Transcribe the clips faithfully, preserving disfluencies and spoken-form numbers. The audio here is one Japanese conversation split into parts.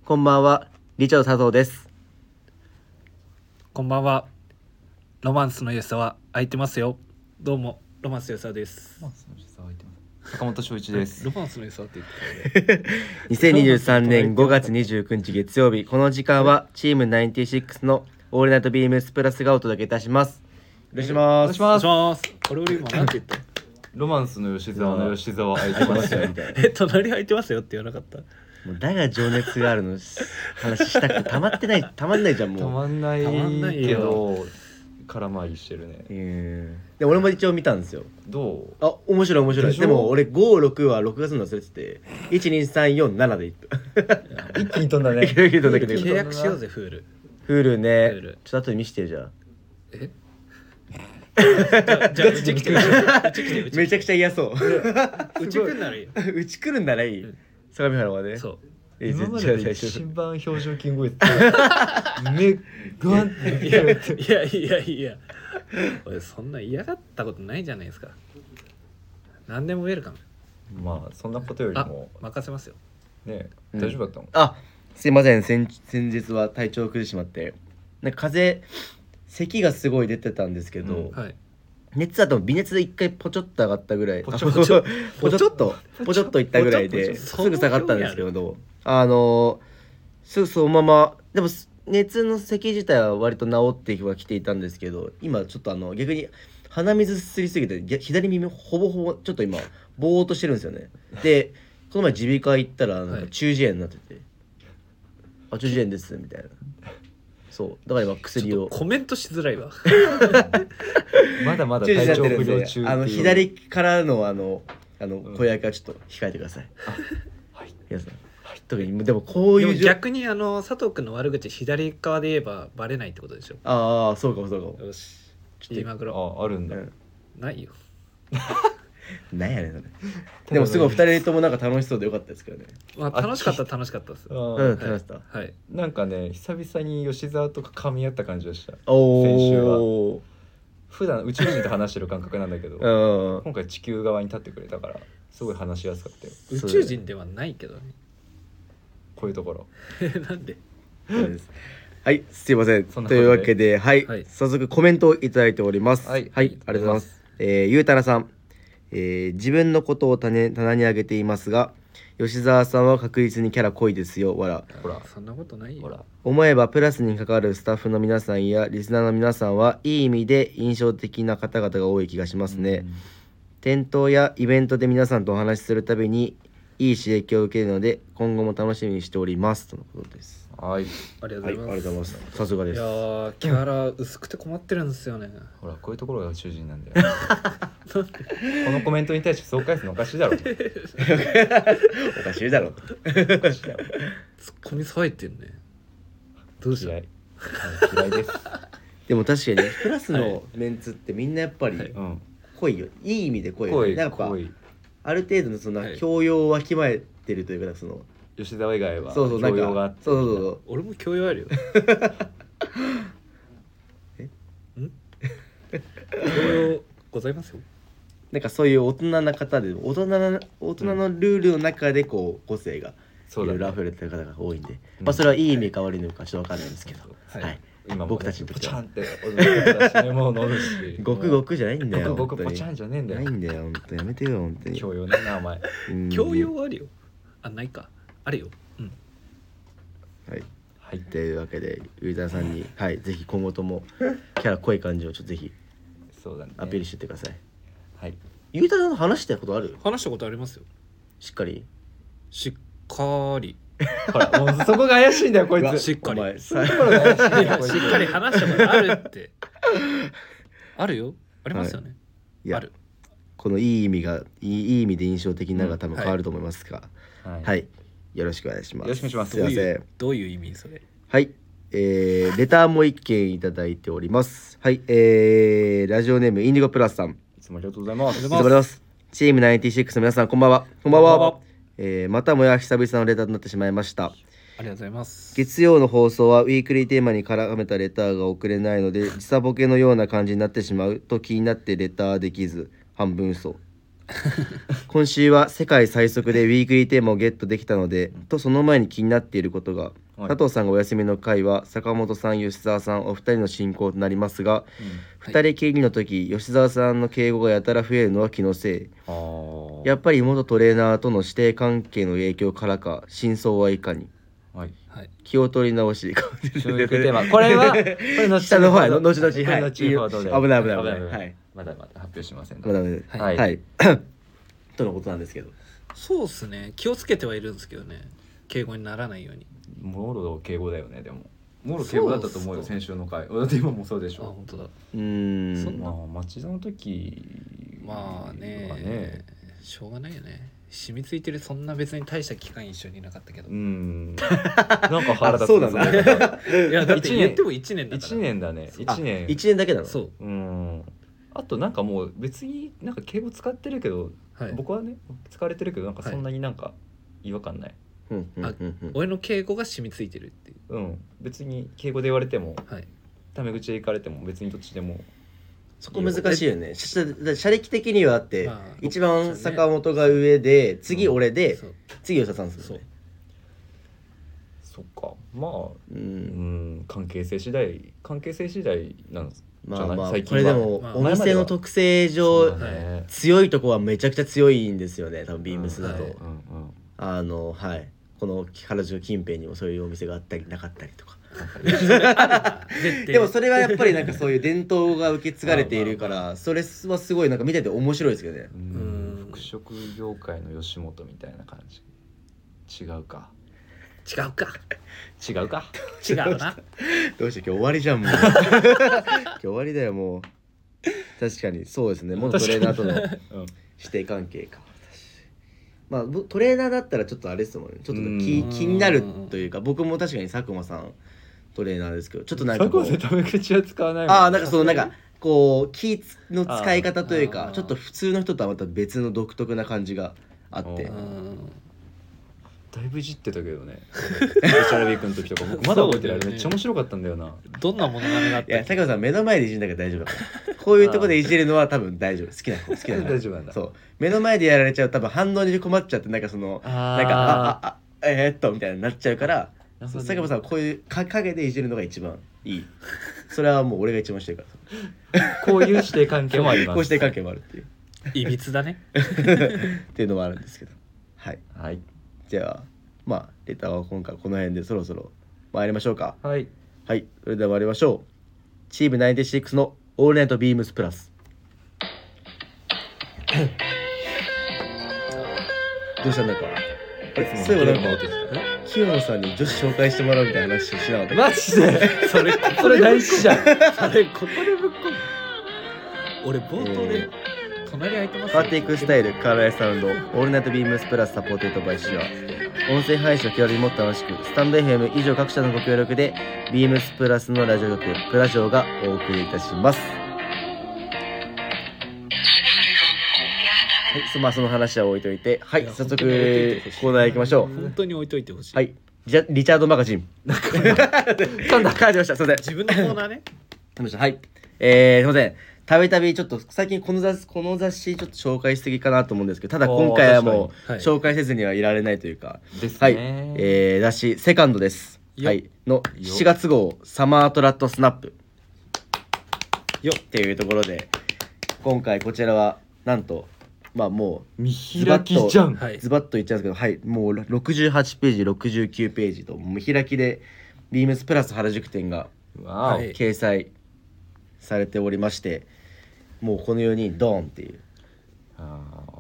こんばんは、リチャード佐藤です。 こんばんは。ロマンスの良さは空いてますよ。どうもロマンスの良さです。 ロマンスの良さは空いてます。坂本翔一です。 ロマンスの良さって言ってたね。 にせんにじゅうさんねんごがつにじゅうくにち月曜日、この時間はチームナインティシックスのオールナイトビームスプラスがお届けいたします。お願いします。 お願いします。これ俺今なんて言った？ ロマンスの吉沢の吉沢空いてますよみたいな。 え、隣空いてますよって言わなかった？ もうだが情熱があるの話したくてたまってないたまんないじゃんもう。 たまんないたまんないけよど空回りしてるね。 うんで俺も一応見たんですよ。 どう？ あ、面白い面白い。 でしょでも俺ご、ろくはろくがつの忘れてていち、に、さん、よん、ななでいった一気に飛んだね。 契約しようぜフール。 フールね。 Hulu ちょっと後で見してじゃあ。 え？じゃあじゃあうち来てうち来てうちめちゃくちゃ嫌そううち来んならいいよ。 うち来るんならいい、 うん、 相模原まで。 そうえ今まじゃあでで最初一番標準金超えてた。目グワンっていやいやいやいや俺そんな嫌がったことないじゃないですか。何でもウェルカム。 まあそんなことよりあ、 も任せますよ。 ね、 うん大丈夫だったの？ あ、すいません。先先日は体調を崩してしまってなんか風邪咳がすごい出てたんですけど、 うんはい。 熱だと微熱で一回ポチョッと上がったぐらい、 ポチョあポチョポチョッとポチョッといったぐらいでポチョすぐ下がったんですけど、あのすぐそのままでも熱の咳自体は割と治ってはきていたんですけど、今ちょっとあの逆に鼻水すりすぎてげ左耳ほぼほぼちょっと今ぼーっとしてるんですよね。でこの前耳鼻科行ったらなんか中耳炎になってて、あ中耳炎ですみたいな。そうだから今薬をコメントしづらいわ。 まだまだ中耳体調になってるんで不良中っていう。 あの左からのあのあのうん声上げはちょっと控えてください。 はい皆さん、はい、特にでもこうでもいうじょ逆にあの佐藤君の悪口左側で言えばバレないってことでしょ。 ああそうかもそうかも。 よし。いいマグロ。 ああるんだ。 うんないよ。 なんやねんそれ。でもすごいふたりともなんか楽しそうでよかったですけどね。 まあ楽しかった楽しかったです。 あうんー楽しかった。 はい。 なんかね久々に吉沢とか噛み合った感じがした。 お先週はお。 普段宇宙人と話してる感覚なんだけどうん。 今回地球側に立ってくれたからすごい話しやすかったよ。 宇宙人ではないけどね。 こういうところなんで？ そうです。はいすいません。 そんなことでというわけではい、 はい早速コメントをいただいております。 はいありがとうございます。えー、ゆうたらさん、えー、自分のことを棚棚に上げていますが吉沢さんは確実にキャラ濃いですよ。わら。 ほらそんなことないよ。 ほら思えばプラスに関わるスタッフの皆さんやリスナーの皆さんはいい意味で印象的な方々が多い気がしますね。店頭やイベントで皆さんとお話しするたびにいい刺激を受けるので今後も楽しみにしておりますとのことです。 はいありがとはい、あうございます。 りがとうございます。さすがでいす。 やーキャラ薄くて困ってるんですよね。 ほらこういうところが宇宙人なんだよこのコメントに対してそう返すのおかしいだろ。 おかしいだろ。 おかしいだろ。 ツッコミさえてんね。どうした嫌いはい嫌いです。 でも確かにプラスのメンツってみんなやっぱりはいうん濃いよ。いい意味で濃いよね。 濃いなんかやっぱ濃いある程度のそのはい教養をわきまえてるというかその吉沢以外はそうそうなんか教養があってそうそうそう俺も教養あるよ。 えん教養ございますよ。 なんかそういう大人な方で大人な大人のルールの中でこう個性がいそうだねろいろ溢れてる方が多いんで、 うんまあそれはいい意味か悪いのかちょっとわかんないんですけど、 そうはい、 今も僕たちにとってはポチャンって踊ってたしねもう乗るしごくごくじゃないんだよ。 ごくごく本当にポチャンじゃねえんだよないんだよ本当やめてよ本当に。 教養ねえなお前うん教養はあるよ。あ、ないか。あるよ。うん。 はい。 はいというわけでゆうたらさんにはいぜひ今後ともキャラ濃い感じをちょっとぜひそうだねアピールしてってください。 はいゆうたらさんの話したことある？ 話したことありますよ。 しっかり。 しっかり。 ほらもうそこが怪しいんだよこいうわつしっかりお前そういうところが怪しいんだいやよこいつしっかり話したことあるって。あるよ。ありますよね。 いやある。 このいい意味がいいいい意味で印象的なのが多分うん変わると思いますが、 はいはい、よろしくお願いします。 よろしくお願いしますすいません。 どういうどういう意味それ。 はい、えー、レターも一件いただいております。はい、えー、ラジオネームインディゴプラスさん。 いつもありがとうございますありがとうございます。チームナインティシックスの皆さんこんばんは。こんばんは。 こんばんはえー、またもや久々のレターとなってしまいました。 ありがとうございます。 月曜の放送はウィークリーテーマに絡めたレターが送れないので時差ボケのような感じになってしまうと気になってレターできず半分嘘今週は世界最速でウィークリーテーマをゲットできたので、とその前に気になっていることが、 はい佐藤さんがお休みの回は坂本さん吉沢さんお二人の進行となりますが、二人きりの時吉沢さんの敬語がやたら増えるのは気のせい。 あーやっぱり元トレーナーとの師弟関係の影響からか、真相はいかに。 はいはい。 気を取り直し教育テーマこれはこれ後下の方ほど後々 これはい後ほどで危ない危ない危ない危はいまだまだ発表しませんまだまだはいはいとのことなんですけど、 そうっすね。気をつけてはいるんですけどね。敬語にならないように。 もろ敬語だよね。でももろ敬語だったと思うよそうっすか先週の回。だって今もそうでしあ、 ょ。 本当だ。 うーんそんなまあ町田の時まあねはねしょうがないよね。染みついてる、そんな別に大した期間一緒にいなかったけど。 うーんなんか腹立つあそうなんだいやだって一年言ってもいちねんだから。 一年だねあ一年一年だけなのそう。 うんあとなんかもう別になんか敬語使ってるけど、 はい。 僕はね使われてるけどなんかそんなになんか違和感ない、 うんうんうんうん俺の敬語が染みついてるっていう。 うん別に敬語で言われてもはい。 タメ口で行かれても別にどっちでもそこ難しいよね。し車歴的にはあって、 まあ一番坂本が上で、次俺で、 そう次吉田さんですそうよね。 そっかまあううんん関係性次第関係性次第なんですまあまあ最近はこれでもまあお店の特性そう上だね強いとこはめちゃくちゃ強いんですよね。多分ビームスだと、 うんはいうんうんあのはいこの原宿近辺にもそういうお店があったりなかったりとか。 絶対でもそれはやっぱりなんかそういう伝統が受け継がれているからそれはすごいなんか見てて面白いですけどね。 ううんん服飾業界の吉本みたいな感じ違うか違うか違うか違うな。 どうして今日終わりじゃんもう今日終わりだよもう。確かにそうですね元トレーナーとのうん師弟関係か。まあぼトレーナーだったらちょっとあれですもんねちょっとうん気気になるというか僕も確かに佐久間さんトレーナーですけどちょっとなんかこう佐久間さんタメ口は使わないもんああなんかそのなんかこう気の使い方というあーかちょっと普通の人とはまた別の独特な感じがあってううんだいぶいじってたけどねスペシャルウィークの時とか僕まだ覚えてるあれそうだよねめっちゃ面白かったんだよなどんなものまねがあっいやたっ佐久間さん目の前でいじんだから大丈夫だからこういうところでいじるのは多分大丈夫好きな子好きな子大丈夫なんだそう目の前でやられちゃう多分反応に困っちゃってなんかそのあなんかあああえー、っとみたいになっちゃうからなるほどね佐久間さんはこういうか影でいじるのが一番いいそれはもう俺が一番してるからこういう師弟関係もありますこうして関係もあるっていういびつだね。 っていうのもあるんですけどはいはいじゃあまあレターは今回この辺でそろそろ参りましょうか。 はいはいそれでは参りましょう。チームナインティシックスのオールナイトビームスプラスどうしたんだかあれそういえばなんか清野さんに女子紹介してもらうみたいな話しなかったマジでそれそれ大事じゃんそれここでぶっ込む。俺冒頭で隣空いてます変わっていくスタイルカラーサウンドオールナイトビームスプラスサポーテッドバイシア音声配信を気軽にもっと楽しくスタンド エフエム 以上各社のご協力でビームスプラスのラジオ局プラジオがお送りいたします。はいそまあその話は置いといてはいいや早速本当に置いといてほしいコーナー行きましょう。 本当に置いといてほしい。 はいじゃリチャードマガジン噛んだ噛んでましたすいません自分のコーナーね。 噛んでましたはいえー、すいませんたびたびちょっと最近この雑この雑誌ちょっと紹介しすぎかなと思うんですけどただ今回はもうおー確かにはい紹介せずにはいられないというかですねはい、えー、雑誌セカンドですよはいのしちがつ号サマートラットスナップよっていうところで今回こちらはなんとまあもう見開きじゃんはいズバッと言っちゃうんですけどはいもうろくじゅうはちページろくじゅうきゅうページと見開きでビームスプラス原宿店がわはい掲載されておりましてもうこのようにドーンっていうあ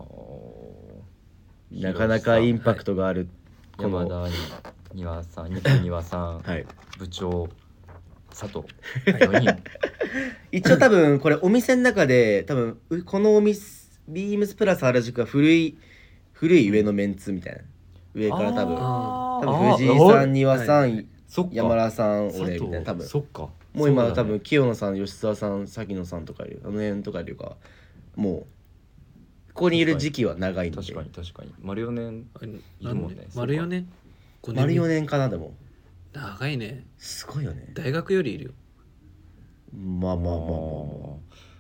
ーなかなかインパクトがあるこ山の田にわさん、二木庭さん、 はい部長佐藤はいよにん一応多分これお店の中で多分うこのお店ビームスプラス原宿は古い古い上のメンツみたいな上から多分あ多分藤井さん、丹羽さん、 そっか山田さん、 佐藤俺みたいな多分そっかもう今そうだね多分清野さん、吉沢さん、崎野さんとかいるあの辺とかいるかもうここにいる時期は長いんで確かに確かに丸よねんいるもんね丸よねんごねん丸よねんかなでも長いね。 すごいよね大学よりいるよ。 まあまあまあまあまあそ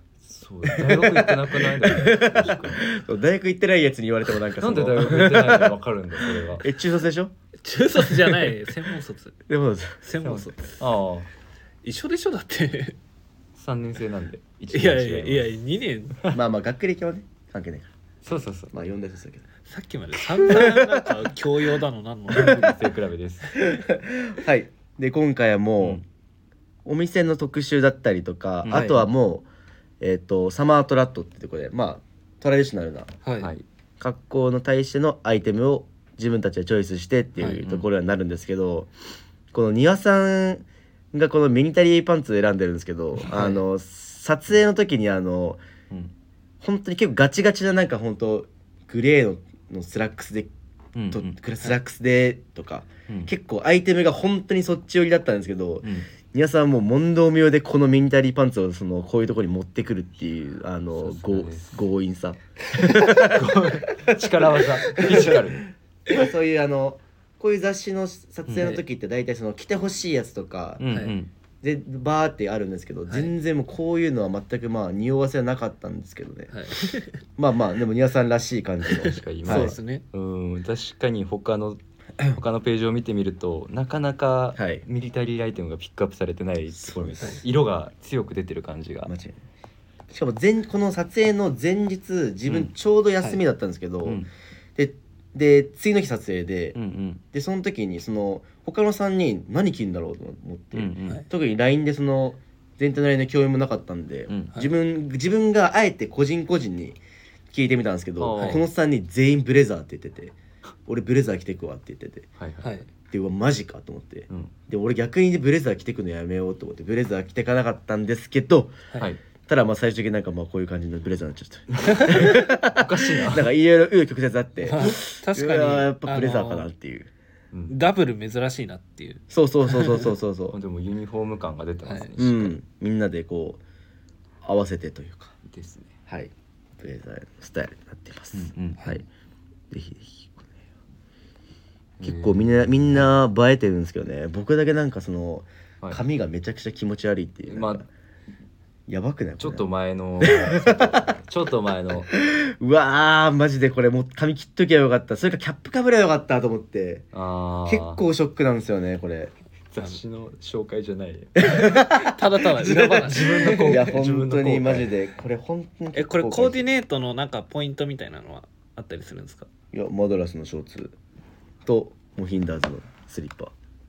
そう大学行ってなくないだろ確かそう大学行ってないやつに言われてもなんかになそのんで大学行ってないのに分かるんだそれがえ中卒でしょ？ 中卒じゃない専門卒でも専門卒ああ一緒でしょだってさんねん生なんでいちいやいやねん違いやいますにねんまあまあ学歴はね関係ないからそうそうそうまあよん大卒だけどさっきまで散々なんか教養だのなんの背比べですはいで今回はもう、 うんお店の特集だったりとか、 うんあとはもう、えっ、とサマートラットってとこでまあトラディショナルなはい、 はい格好の対してのアイテムを自分たちでチョイスしてってはいいうところになるんですけど、この庭さんがこのミニタリーパンツを選んでるんですけど、あの撮影の時にあのうん本当に結構ガチガチななんか本当グレーののスラックスでとうんうんスラックスでとか、 うん結構アイテムが本当にそっち寄りだったんですけど、 うん皆さんもう問答無用でこのミニタリーパンツをそのこういうところに持ってくるっていうあのさすがごです強引さ力技フィジカルそういうあのこういう雑誌の撮影の時って大体その着てほしいやつとかうんうはいんでバーってあるんですけど、 はい全然もうこういうのは全くまあ匂わせはなかったんですけどね、 はい、 まあまあでも庭さんらしい感じの確かにそうですねうん確かに他の他のページを見てみるとなかなかはいミリタリーアイテムがピックアップされてないところみたいそう色が強く出てる感じが間違いないしかも前この撮影の前日自分ちょうど休みだったんですけど、 うんでで次の日撮影で、 うんうんでその時にその他のさんにん何着るんだろうと思って、 うんうんはい特に ライン でその全体の ライン の共有もなかったんで、 うん自分自分があえて個人個人に聞いてみたんですけど、 はいこのさんにん全員ブレザーって言ってて俺ブレザー着てくわって言っててはいははいいでうわマジかと思ってうんで俺逆にブレザー着てくのやめようと思ってブレザー着てかなかったんですけどはいただまあ最終的になんかまあこういう感じのブレザーになっちゃったおかしいななんかいろいろ紆余曲折あってまあ確かにうわやっぱブレザーかあのなっていううんダブル珍しいなっていうそうそうそうそうそうそうそうでもユニフォーム感が出てますねはいうしっかんみんなでこう合わせてというかりですねはいブレザーのスタイルになっています、 うんうんはいぜひぜひこれ結構みんなみんな映えてるんですけどね僕だけなんかそのはい髪がめちゃくちゃ気持ち悪いっていうまあなんかやばくないちょっとこ前のちょっと前のれうわーマジでこれもう髪切っときゃよかったそれかキャップかぶればよかったと思ってあー結構ショックなんですよねこれ雑誌の紹介じゃないただただ裏話自分のこういや自分の後悔本当にマジでこれ本当にえこれコーディネネートのなんかポイントみたいなのはあったりするんですか？ いやマドラスのショーツとモヒンダーズのスリッパ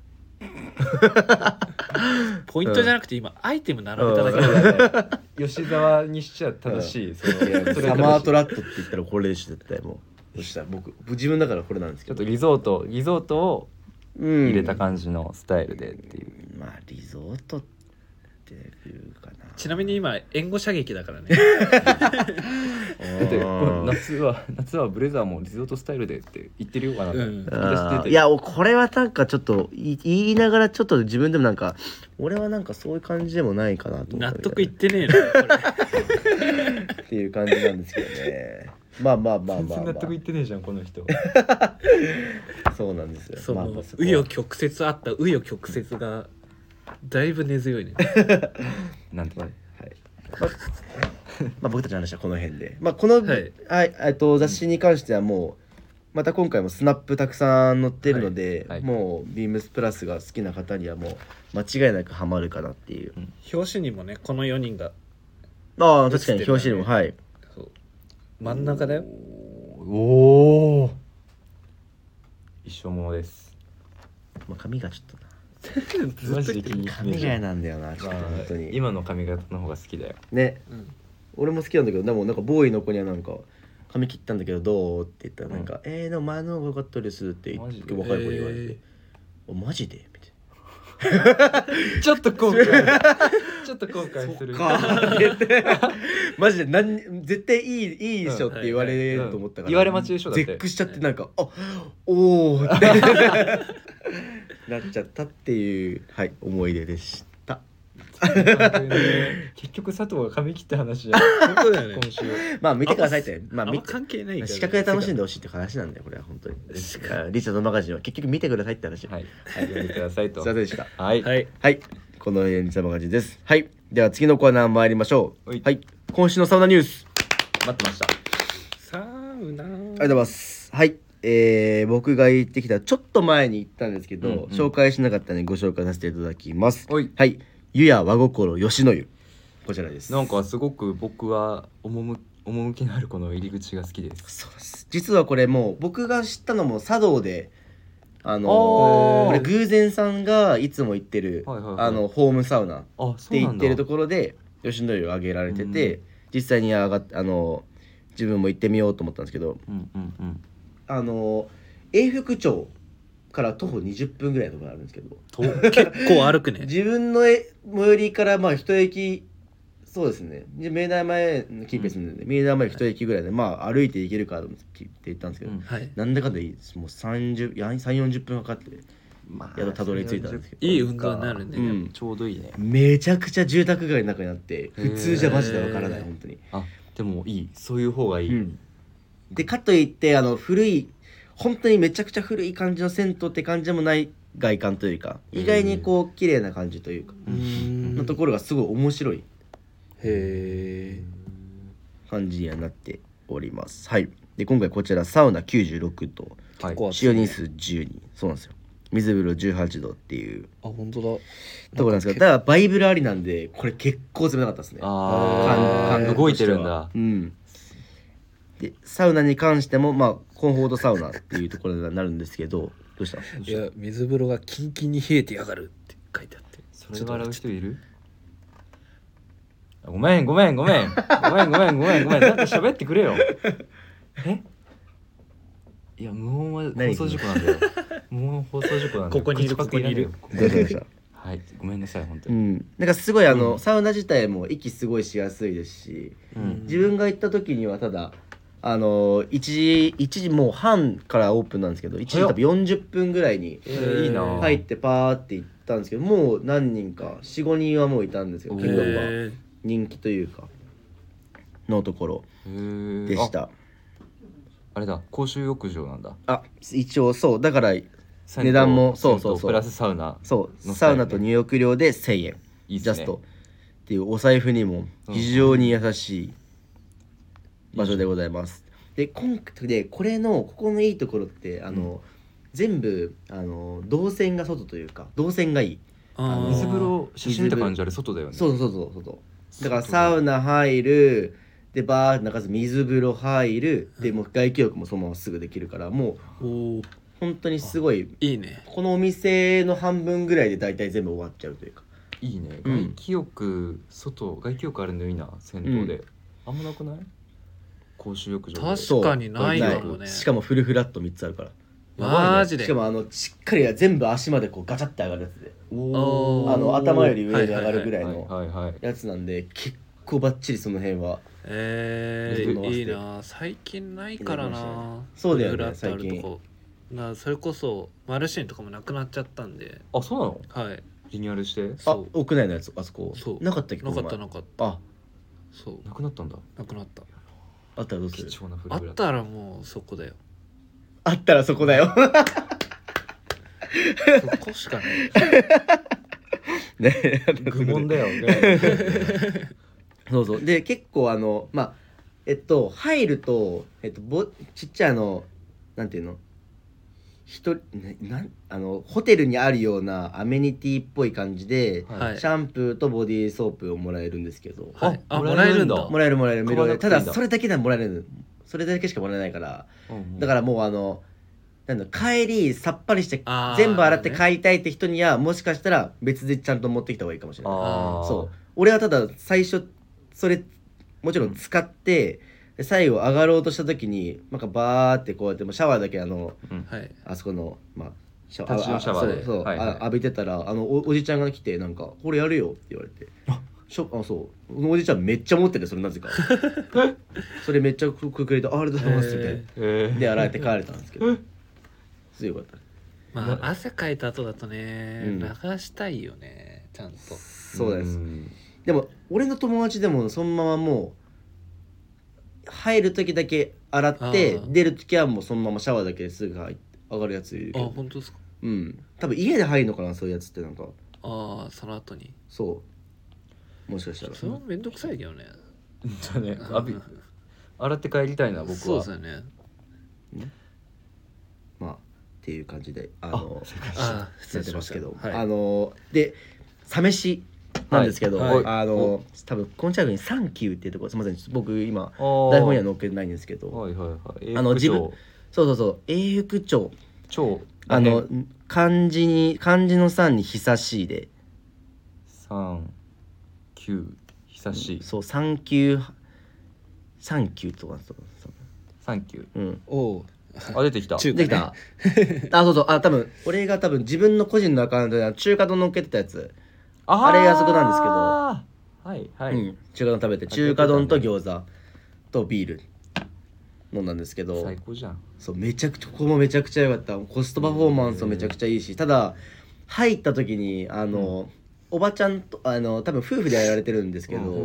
ポイントじゃなくて今アイテム並べただけうんで吉沢にしちゃ正しいそのいやそれサマートララットって言ったらこれでしょ絶対もうそしたら僕自分だからこれなんですけどちょっとリゾートリゾートを入入れた感じのスタイルでっていう、 まあリゾートっていうかなちなみに今援護射撃だからねだってうん夏は夏はブレザーもリゾートスタイルでって言ってるよかな、 うんあーいやこれはなんかちょっと言い言いながらちょっと自分でもなんか俺はなんかそういう感じでもないかなと思った納得いっみてねえなこれたいなっていう感じなんですけどねまあまあまあまあ、 全然ま納得いってねえじゃんこの人あ、そうなんですよそのまあまあそこは紆余曲折あった紆余曲折がだいぶ根強いねなんてはいまあまあ僕たちの話はこの辺で、まあ、この、 はいはいえっと雑誌に関してはもうまた今回もスナップたくさん載ってるので、 はいはいもうビームスプラスが好きな方にはもう間違いなくハマるかなっていう、 表紙にもねこのよにんがああ確かに映ってるよね表紙にもはいそう真ん中だよおお一生ものですまあ、髪がちょっとなマジで気に入髪が嫌なんだよなちょっとまあ本当に、 今の髪型の方が好きだよねうん俺も好きなんだけどでもなんかボーイの子にはなんか髪切ったんだけどどうって言ったらなんか、えーでも前の方が良かったですってマジで若い子に言われて、 えーおマジでみたいちょっと後悔ちょっと後悔するなって言ってマジでなん絶対いいいいでしょって言われると思ったから、 言われ待ちでしょだって絶句しちゃってなんか、あおーってなっちゃったっていうはい思い出でした結局佐藤が髪切った話じゃん本当だよね今週まあ見てくださいってまあ見てあんま関係ないからね視覚で楽しんでほしいって話なんだよこれは本当にリチャードマガジンは結局見てくださいって話はい読んでくださいとすいませんでしたはいはいはいこの辺リチャードマガジンですはいでは次のコーナー参りましょうはいはい今週のサウナニュース待ってました。 サウナありがとうございますはいえー、僕が行ってきたちょっと前に行ったんですけど、 うんうん紹介しなかったのでご紹介させていただきますおいはい湯屋和心吉野湯こちらですなんかすごく僕は趣趣のあるこの入り口が好きです。 そうです実はこれもう僕が知ったのも茶道であのあーこれ偶然さんがいつも行ってる、 はいはいはいあのホームサウナっあ、そてうなんだ。 言ってるところで吉野湯を挙げられてて、 うん実際に上がっあの自分も行ってみようと思ったんですけどうんうんうん。 あの永福町から徒歩にじゅっぷんぐらいのところがあるんですけどと結構歩くね。 自分のえ最寄りからまあ一駅そうですねで明大前の近辺住んでるんで、明大前一駅ぐらいでまあ歩いて行けるかと思って言ったんですけど、 うんはい。 なんだかんだいいですもうさんじゅうやさんじゅうよんじゅっぷんかかってまやっとたどり着いたんですけどいい運動になるね。 うんちょうどいいね。 めちゃくちゃ住宅街の中にあって普通じゃマジでわからないへー本当に、 あ、でもいい。そういう方がいい。 うんでかといってあの古い本当にめちゃくちゃ古い感じの銭湯って感じでもない外観というか意外にこう綺麗な感じというかうーんのところがすごい面白いへえ。 感じにはなっておりますはいで今回こちらサウナきゅうじゅうろくどはい。 こう使用人数じゅうにんそうなんですよ水風呂じゅうはちどっていうあ本当だ。 ところなんですけどただバイブルありなんでこれ結構冷たかったですねああ、 感覚動いとしてはてるんだ。 うんでサウナに関してもまあコンフォートサウナっていうところになるんですけどどうしたいや水風呂がキンキンに冷えてやがるって書いてあって。 それで笑う人いる？ごめんごめんごめんごめんごめんごめんごめんなんか喋ってくれよ。え？いや無音は放送事故なんだよ。無音放送事故なんだよ。 ここにいる口パクらないよこどうしましたはい、ごめんなさい本当に。 うんなんかすごいあの、 うんサウナ自体も息すごいしやすいですしうん自分が行った時にはただあのいちじいちじもう半からオープンなんですけどいちじ多分よんじゅっぷんぐらいにえー、いいな。 入ってパーって行ったんですけどもう何人か よん,ご 人はもういたんですよおー結構やっぱへえ。 人気というかのところへーでしたあ、あれだ、公衆浴場なんだ。 あ一応そうだから銭湯値段もそうそうそう銭湯プラスサウナ。 そうのスタイルねサウナと入浴料でせんえんいいっすねジャストっていうお財布にも非常に優しい場所でございます。で今回でこれのここのいいところってあの、全部あの動線が外というか動線がいい。 あー水風呂写真見た感じあれ外だよね。 そうそうそうそうそうだからサウナ入るでバーって中ず水風呂入るでもう外気浴もそのまますぐできるからもうおお本当にすごいいいね。 このお店の半分ぐらいで大体全部終わっちゃうというか。 いいね。 うん外気浴、外外気浴あるのいいな銭湯で。あんまなくない？公衆浴場で。 確かにないかもね。 しかもフルフラットみっつあるから。 やばいねマジで。 しかもあのしっかり全部足までこうガチャって上がるやつでおーあの頭より上に上がるぐらいはいのはいはい。 やつなんで結構バッチリその辺はえー、 水風呂回していいな。最近ないからな。 そうだよねフラッとあるとこなそれこそマルシンとかもなくなっちゃったんで。 あ、そうなの？ はい。 リニューアルして？ あそう屋内のやつあそこそうなかったっけなかったこのなかった。 前あそうなくなったんだ。 なくなった。 あったらどうする貴重なフルあっフラット。 たらもうそこだよ。 あったらそこだよそこしかない。 ね愚問だよ。 そうそうで結構あのまあえっと入るとえっとぼちっちゃいあのなんていうの一人ななんあのホテルにあるようなアメニティっぽい感じで、 はいシャンプーとボディーソープをもらえるんですけど、 はい。ああもらえるんだ。 ももらえるもらえる無料でた買わなくていいんだだそれだけではもらえるそれだけしかもらえないからだかららもうあのなんだ帰りさっぱりしてあー全部洗って帰りたいって人にはもしかしたら別でちゃんと持ってきた方がいいかもしれないああ。 そう俺はただ最初それもちろん使ってで最後上がろうとした時になんかバーってこうやってもうシャワーだけあのうん。 はい。 あそこのまあシャ立ち用シャワーであそうそう、 はいはいあ浴びてたらあのおおじちゃんが来てなんか「これやるよ」って言われてしょあそうそのおじちゃんめっちゃ持っててそれなぜかそれめっちゃくくくれて「あありがとうございます」みたいなえーで洗えて帰れたんですけど強かったまあ汗かいた後だとね、 うん流したいよねちゃんと。 そうですんでも俺の友達でもそのままもう入る時だけ洗ってあー出る時はもうそのままシャワーだけですぐ入って上がるやついるけあど本当ですか。 うん多分家で入るのかなそういうやつってなんかああその後に。 そうもしかしたらそれもめんどくさいけどね。 じゃあねあび洗って帰りたいな僕は。 そうですよね。 まあっていう感じであのあやってますけど、 はい、 あのでサ飯なんですけど、 はいはい、 あの多分この近くにサンキューっていうところ、すみませんちょっと僕今あー台本には載っけてないんですけど、 はいはいはい。 あの自分英福そうそうそう永福町町あの漢字に漢字の三に久しいで三九久しい。 そうサンキューサンキューとかそうサンキュー。 うんおうあ出てきた。 中華ねできたあそうそうあ多分俺が多分自分の個人のアカウントで中華丼乗っけてたやつああれあそこなんですけどはいはい、 うん、中華丼食べて中華丼と餃子とビール飲んだんですけど最高じゃん。 そうめちゃくちゃここもめちゃくちゃ良かったコストパフォーマンスもめちゃくちゃいいしただ入った時にあの、うん、おばちゃんとあの多分夫婦でやられてるんですけど、うん、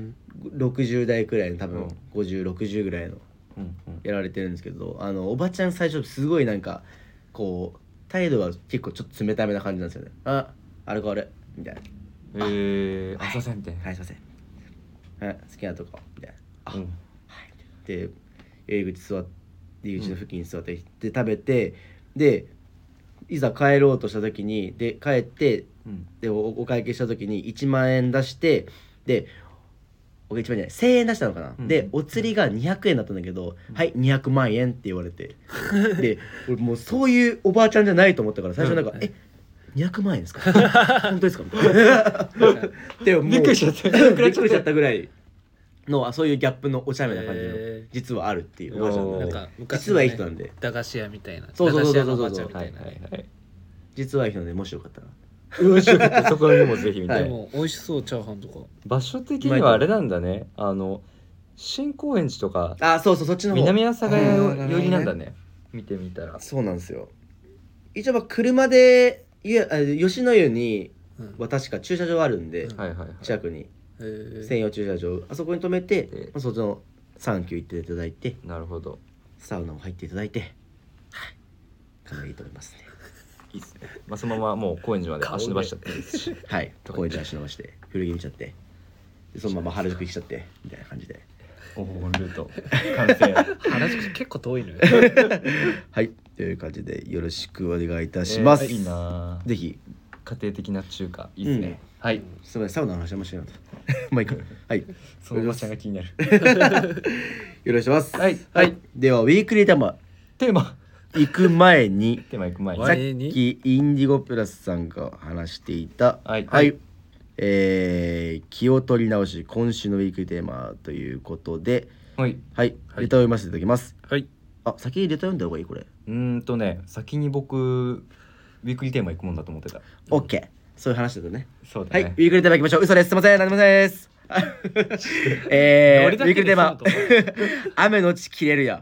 ろくじゅう代くらいの多分、うん、ごじゅうろくじゅうぐらいのやられてるんですけどあのおばちゃん最初すごいなんかこう態度が結構ちょっと冷ためな感じなんですよねあアルコールみたいなえー、あ、すいませんって。 はい、すいません。はい、好きなとこみたいな。あ、 うん、 はい。で、入り口座って、入り口の付近に座って、で食べて、で、いざ帰ろうとした時に、で帰って、うん、でおお会計した時にいちまん円出して、で、俺いちまん円じゃない、せんえん出したのかな。うん、で、お釣りがにひゃくえんだったんだけど、うん、はい、にひゃくまん円って言われて、で、俺もうそういうおばあちゃんじゃないと思ったから、最初なんか、うん、え。にひゃくまん円ですか本当ですかみたいなでももうびっくりしちゃったびっくりしちゃったぐらいのそういうギャップのお茶目な感じの実はあるっていうおばあちゃんなんで、 なんか昔実はいい人なんで駄菓子屋みたいなそうそうそうそう駄菓子屋のおばあちゃんみたいな、 はいはいはい、 実はいい人なんでもしよかったらもしよかったらそこにもぜひみたいな、 でも美味しそうチャーハンとか場所的にはあれなんだねあの新高円寺とかあそうそうそっちの方南阿佐ヶ谷寄りなんだね、見てみたらそうなんですよ一応車でいや吉野湯には確か駐車場あるんで、うん、近くに専用駐車場あそこに止めてそっちのサンキュー行っていただいてなるほどサウナも入っていただいて、はい、かなりいいと思いますねいいっすね、まあ、そのままもう高円寺まで足伸ばしちゃっていいですしはい高円寺足伸ばして古着見ちゃってでそのまま原宿行きちゃってみたいな感じでおおルート完成原宿結構遠いのよはいという感じでよろしくお願いいたします、 えー、いいなぜひ家庭的な中華いいですね、うん、はいすみませんサウナの話はもしれないまあいいかはいそのおばちゃんが気になるよろしくお願いしますはい、 はい、ではウィークリーテーマテーマ行く前にテーマ行く前にさっきインディゴプラスさんが話していたはい、 はいえー、気を取り直し今週のウィークリーテーマということではい、 はい、レターを読ませていただきますはいあ、先にレター読んだ方がいいこれうーんとね先に僕ウィークリーテーマ行くもんだと思ってた OK そういう話だとねそうだねはいウィークリーテーマ行きましょう嘘ですすいません何でもないですえー、ウィークリーテーマ雨のち切れるや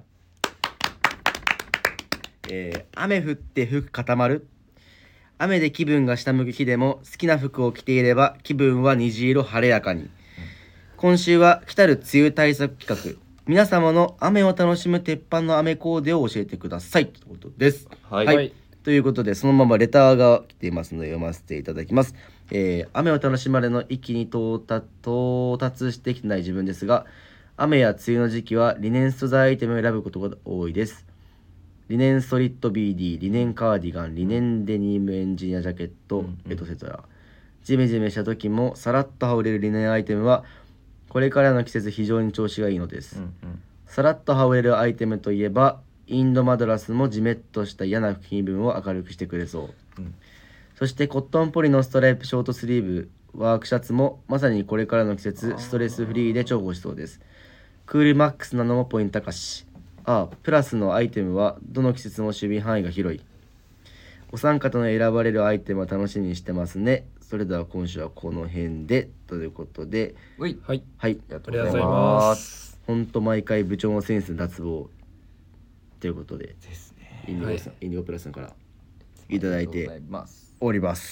えー、雨降って服固まる雨で気分が下向く日でも好きな服を着ていれば気分は虹色晴れやかに、うん、今週は来たる梅雨対策企画皆様の雨を楽しむ鉄板の雨コーデを教えてくださいということです、 はい、 はい、ということでそのままレターが来ていますので読ませていただきます、えー、雨を楽しまれの域に到達、到達してきてない自分ですが雨や梅雨の時期はリネン素材アイテムを選ぶことが多いですリネンストリット ビーディー、リネンカーディガン、リネンデニムエンジニアジャケット、うんうん、エトセトラ。ジメジメした時もさらっと羽織れるリネンアイテムはこれからの季節非常に調子がいいのです、うんうん、さらっと羽織れるアイテムといえばインドマドラスもジメッとした嫌な気分を明るくしてくれそう、うん、そしてコットンポリのストライプショートスリーブワークシャツもまさにこれからの季節ストレスフリーで重宝しそうです。クールマックスなのもポイント高しああプラスのアイテムはどの季節も守備範囲が広い。お三方の選ばれるアイテムは楽しみにしてますね。それでは今週はこの辺でということで、 はい、 はい、 ありがとうございます。 本当毎回部長のセンスの脱帽ということでですね。 インディゴさん、はい、インディゴプラスさんからいただいております。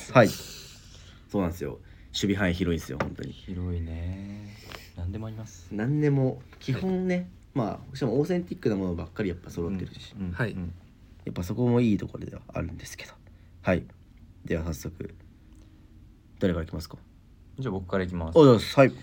はい、そうなんですよ。守備範囲広いんですよ本当に。 広いね。何でもあります。 何でも基本ね。はいまあしかもオーセンティックなものばっかりやっぱ揃ってるし、 うんうん、はい、 やっぱそこもいいところではあるんですけど、はいでは早速誰からいきますか。 じゃあ僕からいきます。 おはい。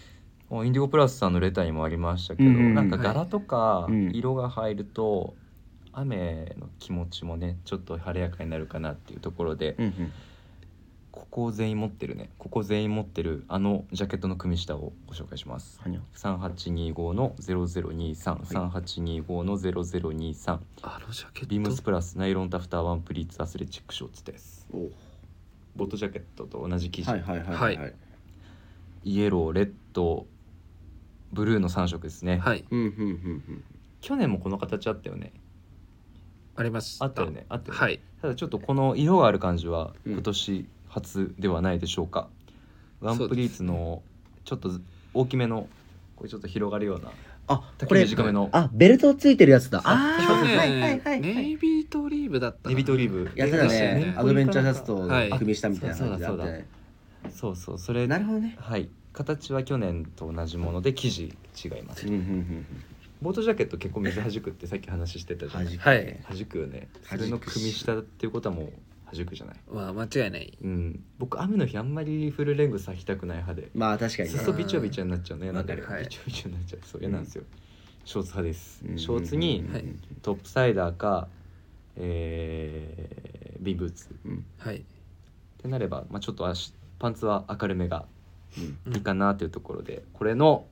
もうインディゴプラスさんのレターにもありましたけど、 うんうんなんか柄とかうん色が入ると雨の気持ちもねちょっと晴れやかになるかなっていうところで、 うんうんここを全員持ってるねここ全員持ってるあのジャケットの組下をご紹介します。 はにゃさんはちにごのゼロゼロにさん、さんはちにごのゼロゼロにさん、 あのジャケットビームスプラスナイロンタフターワンプリーツアスレチックショーツです。 おボトジャケットと同じ生地、 はいはいはいはいはいイエローレッドブルーのさん色ですね、 はいうんうんうん去年もこの形あったよね。 ありましたあったよねあったよね、 はいただちょっとこの色がある感じはうん今年初ではないでしょうか、ワンプリーツのちょっと大きめのこれちょっと広がるようなあ丈これ短めのあベルトついてるやつだああ去年、 ーはいはいはいはいネイビートリーブだったネビトリーブやってたでしたよねねアドベンチャーシャツとはい組みしたみたいな感じであそうだったねそうそうそれなるほどねはい形は去年と同じもので生地違います、 うんうんうんボートジャケット結構水弾くってさっき話してたじゃん弾くはい弾くよねそ弾くしれの組下っていうことはもう弾くじゃない。 まあ間違いないうん僕雨の日あんまりフルレングス履きたくない派でまあ確かにね裾びちょびちょになっちゃうの嫌なんだよ、 わかるびちょびちょになっちゃうそう嫌なんですよ、ショーツ派です、 うんショーツにはいトップサイダーかえー、ビーブーツっうんはいてなれば、まあ、ちょっと足パンツは明るめがうんうんいいかなっていうところで、これの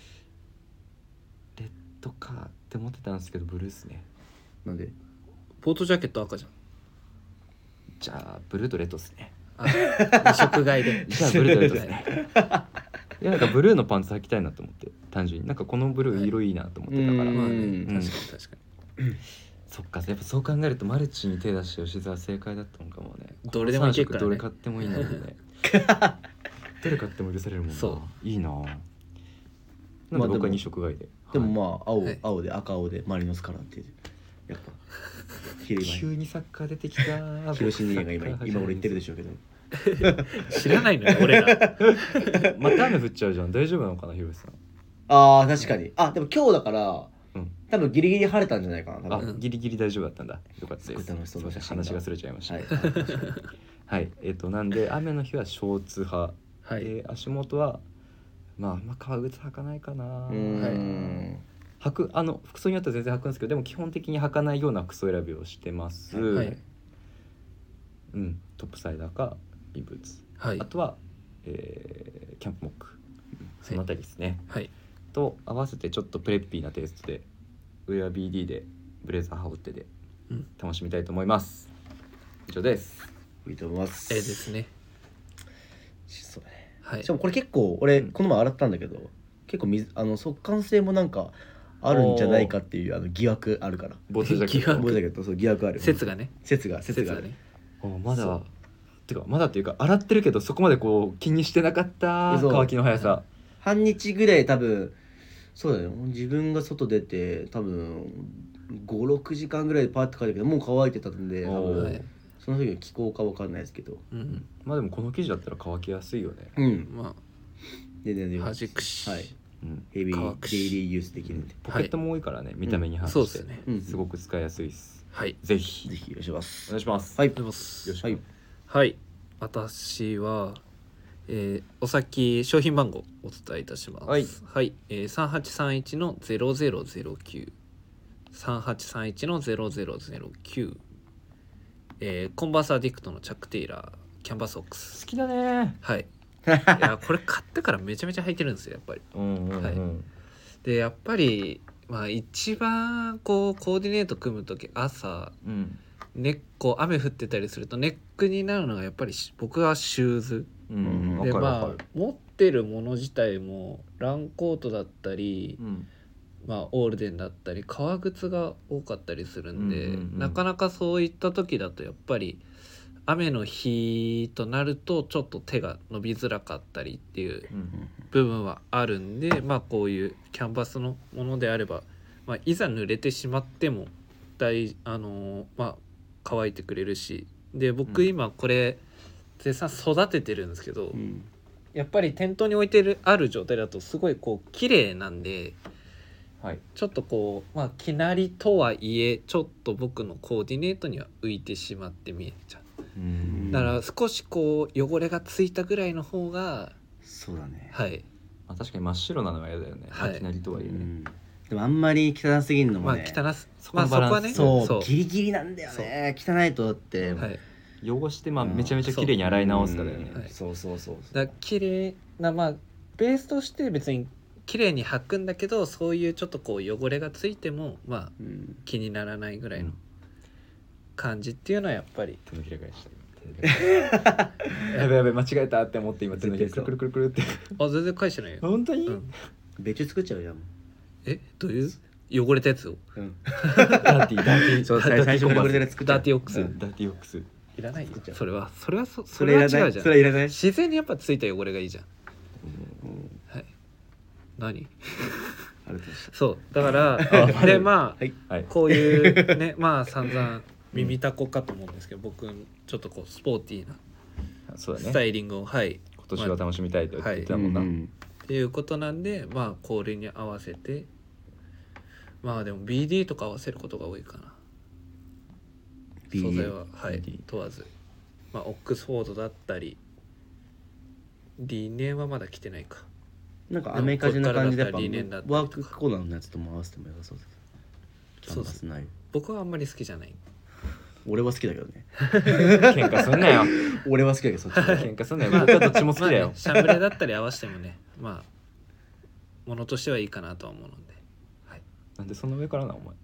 レッドかって思ってたんですけどブルーっすね。 なんでポートジャケット赤じゃんじゃあブルーとレッドっすね。 あ二色買いでじゃあブルーとレッドっすね。いやなんかブルーのパンツ履きたいなと思って単純になんかこのブルー色いいなと思ってたから、 うんまあねうん確かに確かにそっかやっぱそう考えるとマルチに手出して吉沢正解だったのかもね。 どれでもいけるからねこのさん色どれ買ってもいいんだもんね。どれ買っても許されるもんな。 そいいな。なんまあで僕はでも二色買いで。 ではいもまあ青はい青で赤青でマリノスカラーってやっぱ広い急にサッカー出てきた。 広島人間が今今俺言ってるでしょうけど知らないのよ俺らまた雨降っちゃうじゃん。大丈夫なのかな広瀬さん。 ああ確かにあでも今日だからうん。 多分ギリギリ晴れたんじゃないかな多あ、 分うんギリギリ大丈夫だったんだ。よかったすごいです。 楽しそうな写真が話がすれちゃいました。 ははいい。えっ、となんで雨の日はショーツ派。 はいで足元はまああんま革靴履かないかな。 うーん履くあの服装によっては全然履くんですけどでも基本的に履かないような服装選びをしてます。 はいうん。トップサイダーかビブーツ。 はいあとは、えーキャンプモック。そのあたりですね。 はいと合わせてちょっとプレッピーなテイストでウェア ビーディー でブレザー羽織ってでうん楽しみたいと思います。以上です。 いいと思いますええですねそうだねはいしかもこれ結構俺うんこの前洗ったんだけど結構水あの速乾性もなんかあるんじゃないかっていうあの疑惑あるからボツジャケット。 疑惑覚えたけどそう疑惑ある説がね説が説があるねおまだそうてかまだっていうか洗ってるけどそこまでこう気にしてなかったそう乾きの速さ。 半日ぐらい多分そうだよ自分が外出て多分ごろくじかんぐらいでパッて乾いたけどもう乾いてたんで多おー分はいその時の気候かわかんないですけどうんまあでもこの生地だったら乾きやすいよね。 うんまでねであ弾くしはいうん。 ヘビー乾くしデイリーユースできるんでポケットも多いからね、見た目に反して、 そうですねうんすごく使いやすいです。 はいぜひぜひお願いしますお願いします。 はいでもすよしはいはい私は、えーお先商品番号お伝えいたしますはい、 はいえー、さんはちさんいちのゼロゼロゼロきゅう さんはちさんいちのゼロゼロゼロきゅう、えーコンバースアディクトのチャック・テイラーキャンバスオックス好きだね。 はいいやこれ買ってからめちゃめちゃ履いてるんですよやっぱりうんうんうん。 はいでやっぱりまあ一番こうコーディネート組む時朝うんネック雨降ってたりするとネックになるのがやっぱりし僕はシューズうん。わでかるわかる。 まあ持ってるもの自体もランコートだったり、 うんまあ、オールデンだったり革靴が多かったりするんで、 うんうんうんなかなかそういった時だとやっぱり雨の日となるとちょっと手が伸びづらかったりっていううん部分はあるんで、まあこういうキャンバスのものであれば、まあ、いざ濡れてしまっても大あのーまあ乾いてくれるしで僕うん今これ絶賛育ててるんですけど、 うんやっぱり店頭に置いてるある状態だとすごいこう綺麗なんではい。 ちょっとこうまあきなりとはいえちょっと僕のコーディネートには浮いてしまって見えちゃううんだから少しこう汚れがついたぐらいの方がそうだねはいあ、確かに真っ白なのは嫌だよね、 はいいきなりとはいえね、 うんでもあんまり汚すぎるのもまあね、 汚すそこまあのバランスそこはねそうそうギリギリなんだよね。汚いとだって、 はい汚してまあうんめちゃめちゃ綺麗に洗い直すからよね、 うんはいそうそうそうだから綺麗なまあベースとして別に綺麗に履くんだけど、そういうちょっとこう汚れがついてもまあうん気にならないぐらいのうん感じっていうのはやっぱり、 手のひら返したやべやべ間違えたって思って今手のひらくるくるくるくるってあ全然返してないよ、 本当に、 うん、 別注作っちゃうよ。 えどういう汚れたやつをうんダーティーダーティーそう最最初からこれで作っちゃうダーティーオックス、 うんダーティーオックスいらないよ作っちゃうそれはそれはそそそれれいらないは違うじゃんそれいらない自然にやっぱついた汚れがいいじゃん、 うんはい何ありがとうございましそうだからあでまあはいはいこういうねまあ散々耳たこかと思うんですけど、僕ちょっとこうスポーティーなそうだねスタイリングを、はい今年は楽しみたいと言ってたたもんな、 うんっていうことなんでまあこれに合わせてまあでも ビーディー とか合わせることが多いかな。 ビーディー素材ははいビーディー問わずまあオックスフォードだったりリネンはまだ着てないか。 なんかアメリカ人な感じでやっぱこっからだったらリネンだったりワとかークコーナーのやつとも合わせても良さそうです。キャンバスない。 僕はあんまり好きじゃない。 俺は好きだけどね。 喧嘩すんなよ俺は好きだけどそっちの方が喧嘩すんなよ僕はどっちも好きだよ、 まあね、シャンブレーだったり合わせてもねまあものとしてはいいかなとは思うので、はい、 なんでその上からなお前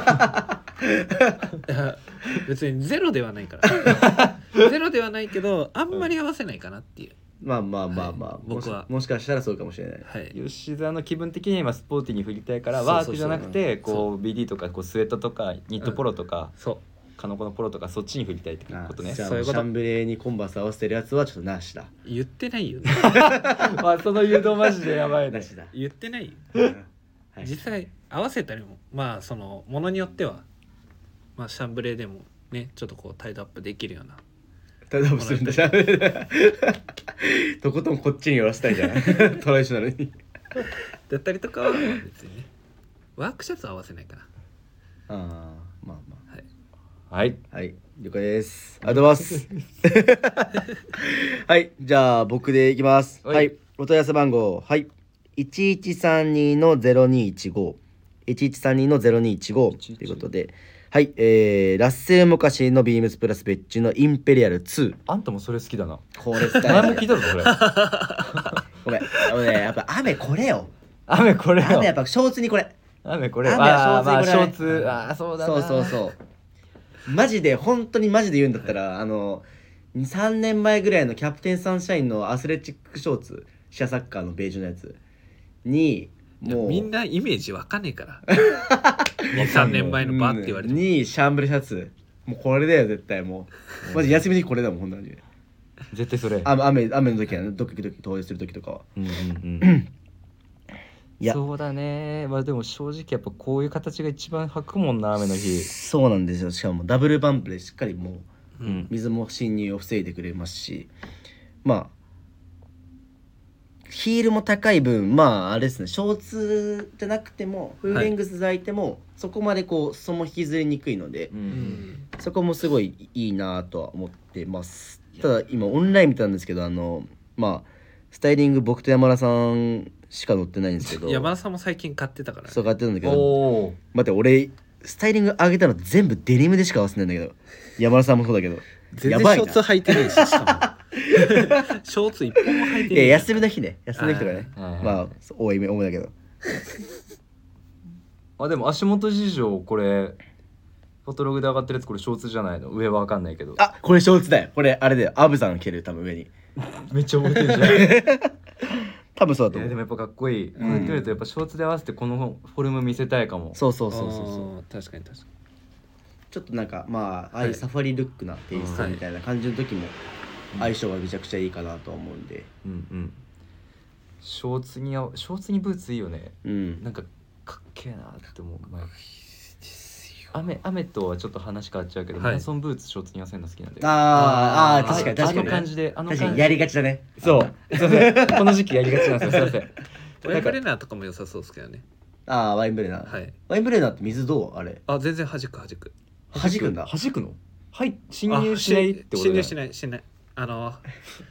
いや別にゼロではないからゼロではないけどあんまり合わせないかなっていう、 まあまあまあまあ、 はい僕はもしもしかしたらそうかもしれない。 はい吉沢の気分的には今スポーティーに振りたいからそうそうそうワークじゃなくてそうこう ビーディー とかこうスウェットとかニットポロとかそうカノコのポロとかそっちに振りたいってことねじゃあそういうことシャンブレーにコンバース合わせてるやつはちょっとなしだ。 言ってないよねまあその誘導マジでやばいねなしだ。 言ってないよはい実際合わせたりもまあそのものによってはまあシャンブレーでもねちょっとこうタイドアップできるようなタイドアップするんだシャンブレーでとことんこっちに寄らせたいじゃないトラディショナルに。 だったりとかは別にねワークシャツは合わせないからああまあまはいはいあはい了解です。ありがとうございます。はいじゃあ僕でいきます。 はいはいお問い合わせ番号はいいちいちさんにのゼロにいちご いちいちさんにのゼロにいちごということではいえー、ラッセルモカシのビームスプラスベッジのインペリアルツーあんたもそれ好きだなこれスタイル前も聞いたぞこれごめんあのねやっぱ雨これよ雨これよ雨やっぱショーツにこれ雨これ雨はあーまあシショーツョーツあーそうだなそうそうそうマジで本当にマジで言うんだったらあのさんねんまえぐらいのキャプテンサンシャインのアスレチックショーツシャサッカーのベージュのやつにもうみんなイメージわかんねえからにさんねんまえのバって言われてうんもにシャンブレシャツもうこれだよ絶対もうマジ休みの日これだもんほんとに絶対それあ雨雨の時はねドキドキ遠出する時とかはうんうんうんいやそうだねまあでも正直やっぱこういう形が一番履くもんな雨の日そうなんですよしかもダブルバンプでしっかりもううん水も侵入を防いでくれますしまあヒールも高い分まああれですねショーツじゃなくてもフルレングスで履いても、そこまでこう裾も引きずりにくいので、 うんううんんそこもすごいいいなとは思ってます。ただ今オンライン見たんですけどあのまあスタイリング僕と山田さんしか載ってないんですけど山田さんも最近買ってたからねそう買ってたんだけどおお待って俺スタイリング上げたの全部デニムでしか合わせないんだけど山田さんもそうだけど全然シやばいなョーツ履いてねえししかもショーツ一本も履いてねえいや休みの日ね休みの日とかねはいはいまあそう多い思いだけどあでも足元事情これフォトログで上がってるやつこれショーツじゃないの上は分かんないけどあこれショーツだよこれあれだよアブさん着る多分上にめっちゃ覚えてるじゃんい多分そうだと思うやでもやっぱかっこいい、こうんうやって見るとやっぱショーツで合わせてこのフォルム見せたいかもそうそうそうそうそうあー確かに確かちょっとなんかまあああいうサファリルックなテイストみたいな感じの時も相性がめちゃくちゃいいかなとは思うんでうんうんショーツに合うショーツにブーツいいよねうんなんかかっけえなって思う前雨雨とはちょっと話変わっちゃうけど、 はいマラソンブーツショーツに合わせるの好きなんであーああーー確かに確かにあの感じであの感じ確かにやりがちだねそうすいませんこの時期やりがちなんですよすいませんにワインブレナーとかも良さそうですけどねああワインブレーナー、 はいワインブレーナーって水どうあれあ全然弾く弾く弾くんだ弾くのはい侵入しないってことあ侵入しいないしないあの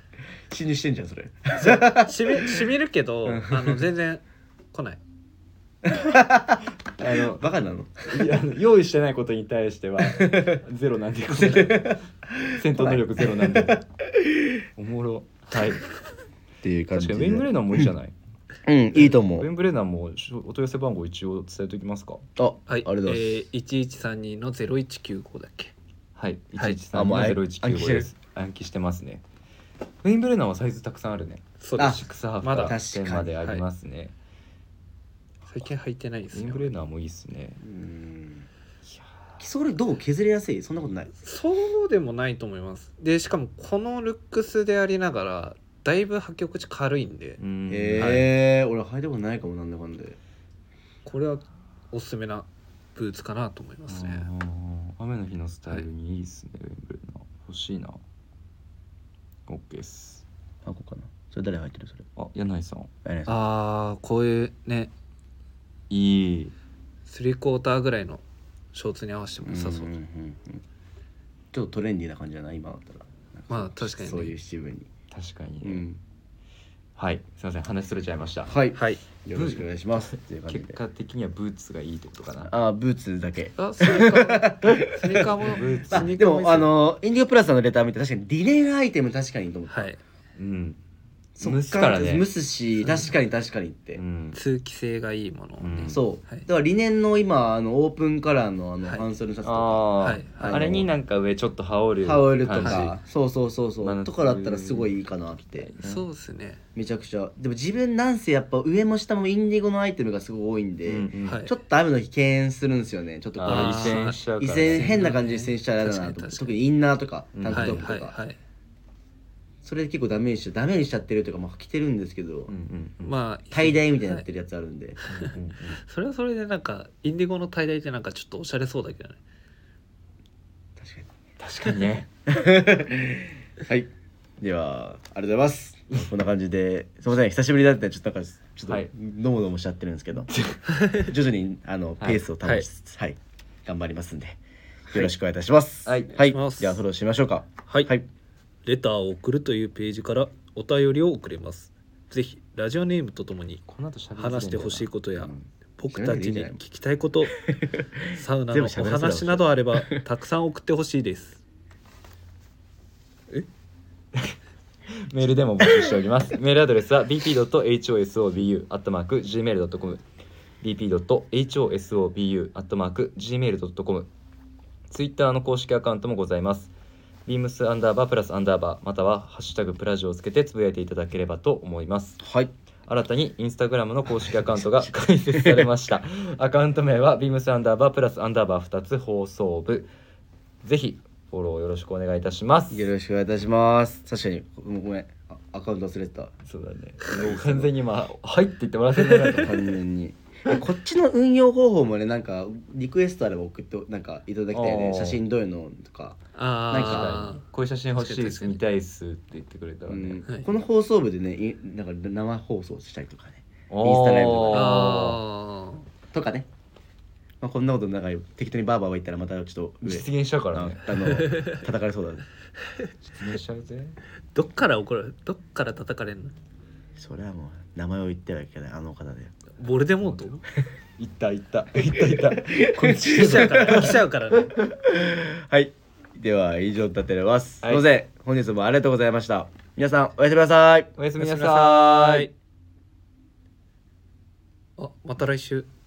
侵入してんじゃんそれ。 しみしみるけどうんあの全然来ない。 あのバカなの？ いやあの用意してないことに対してはゼロなんで戦闘能力ゼロなんでおもろ。はいっていう感じで。 確かにウェインブレーナーもいいじゃない。 うんいいと思う。 ウェインブレーナーもお問い合わせ番号一応伝えておきますか。 あ、 はい、 ありがとうございます。 えー、いちいちさんにのゼロいちきゅうごだっけ。 はいはいいちいちさんのゼロいちきゅうごです。暗記してますね。ウェインブレーナーはサイズたくさんあるね。 そうです。 シックスハーフまだからじゅうまでありますね。 最近履いてないですよウェインブ。レーナーもいいっすね。 うん基礎力どう削れやすい？そんなことない。 そうでもないと思います。でしかもこのルックスでありながらだいぶ履き心地軽いんで、 うんええー、俺履いたことないかもなんだかんで。 これはおすすめなブーツかなと思いますね。 あー雨の日のスタイルにいいっすね、ウェインブレーナー欲しいな。 OK っす。 あこうかな。それ誰履いてるそれ？ あ柳井さんあれああこういうねいい。 スリークォーターぐらいのショーツに合わせても良さそう。 んんんんちょっとトレンディーな感じじゃない今だったら。 まあ確かにねそういう七分に。 確かにね、 うん。 はいすいません話それちゃいました。 はい。 はい。 よろしくお願いします。っていう感じで。 結果的にはブーツがいいってことかな。 あブーツだけ。 あスニーカースニーカーもブーツあスニーカーもいいすよでもあのインディオプラスさんのレター見て確かにリネンアイテム確かにと思った。 はいうんそっ蒸すからね蒸すし確かに確かにって。 うん通気性がいいものをね、 うんそう、 はいだからリネンの今あのオープンカラーのあのはい半袖のシャツとか、 あー、 はいあのあれになんか上ちょっと羽織る羽織ると感じか、そうそうそうそう、 真夏とかだったらすごいいいかなってそうですね。 めちゃくちゃ。でも自分なんせやっぱ上も下もインディゴのアイテムがすごい多いんで、 うんうんはいちょっと雨の日敬遠するんですよね。ちょっとこれあーー移転しちゃうから依然変な感じで依然しちゃうやだなと思って、 確かに確かに特にインナーとかうんタンクはいトップとか、 はいはい。 それで結構ダメージしちゃダメージしちゃってるというかまあ着てるんですけど、 うんうんうんまあタイダイみたいになってる、 るやつあるんで、 うんうんうんそれはそれでなんかインディゴのタイダイってなんかちょっとおしゃれそうだけどね。 確かに。 確かにねはい。では、ありがとうございます。こんな感じで、すみません、久しぶりだったんで、ちょっとなんか、ちょっと、 はいのものもしちゃってるんですけど、徐々に、あの、 はいペースを保ちつつ、はい、頑張りますんで、よろしくお願いいたします。 はいはい。 お願いしますじゃあ、フォローしましょうか。 はい、 はい。 レターを送るというページからお便りを送れます。ぜひラジオネームとともにこの後喋りづらいんだよな話してほしいことや、 うん僕たちに聞きたいこと、サウナのお全部喋らせろ話などあればたくさん送ってほしいです。 メールでも募集しておりますメールアドレスは ビーピードットエイチオーエスオービーユー アットマーク ジーメールドットコム ビーピードットエイチオーエスオービーユー アットマーク ジーメールドットコム ツイッターの公式アカウントもございます。ビームスアンダーバープラスアンダーバーまたはハッシュタグプラジオをつけてつぶやいていただければと思います。 はい。 新たにインスタグラムの公式アカウントが開設されましたアカウント名はビームスアンダーバープラスアンダーバーふたつ放送部。ぜひフォローよろしくお願いいたします。 よろしくお願いいたします。確かに、ごめんごめん、あアカウント忘れてた。 そうだねもう完全に今入って言ってもらってなかった完全に。こっちの運用方法もね、なんかリクエストあれば送ってなんかいただきたいね。 あー写真どういうのとか。なんあこういう写真欲しいです確かに見たいっすって言ってくれたらね、 うんはいこの放送部でね、いなんか生放送したりとかね、 おーインスタライブとかねあとかね、まあ、こんなことなんか適当にバーバー言ったらまたちょっと上実現しちゃうからねああの叩かれそうだね。 実現しちゃうぜ。 ーどっから怒るどっから叩かれんの？ それはもう名前を言ってはいけないあの方で。 ボルデモート？ いったいったいったいったこれ来ちゃうから来ちゃうからね。 はい。では以上となっております。 はいすいません。本日もありがとうございました。皆さんおやすみなさい。 おやすみなおやすみなさい。 あ、また来週。